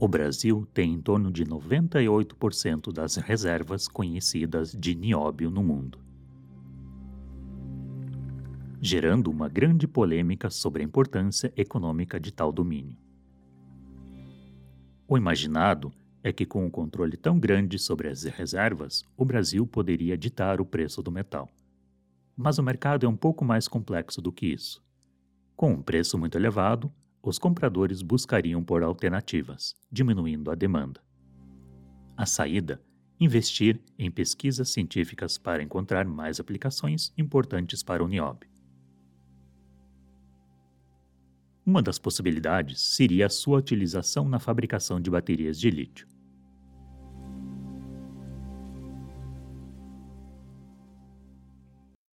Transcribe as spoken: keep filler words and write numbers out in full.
O Brasil tem em torno de noventa e oito por cento das reservas conhecidas de nióbio no mundo, gerando uma grande polêmica sobre a importância econômica de tal domínio. O imaginado é que, com um controle tão grande sobre as reservas, o Brasil poderia ditar o preço do metal. Mas o mercado é um pouco mais complexo do que isso. Com um preço muito elevado, os compradores buscariam por alternativas, diminuindo a demanda. A saída: investir em pesquisas científicas para encontrar mais aplicações importantes para o nióbio. Uma das possibilidades seria a sua utilização na fabricação de baterias de lítio.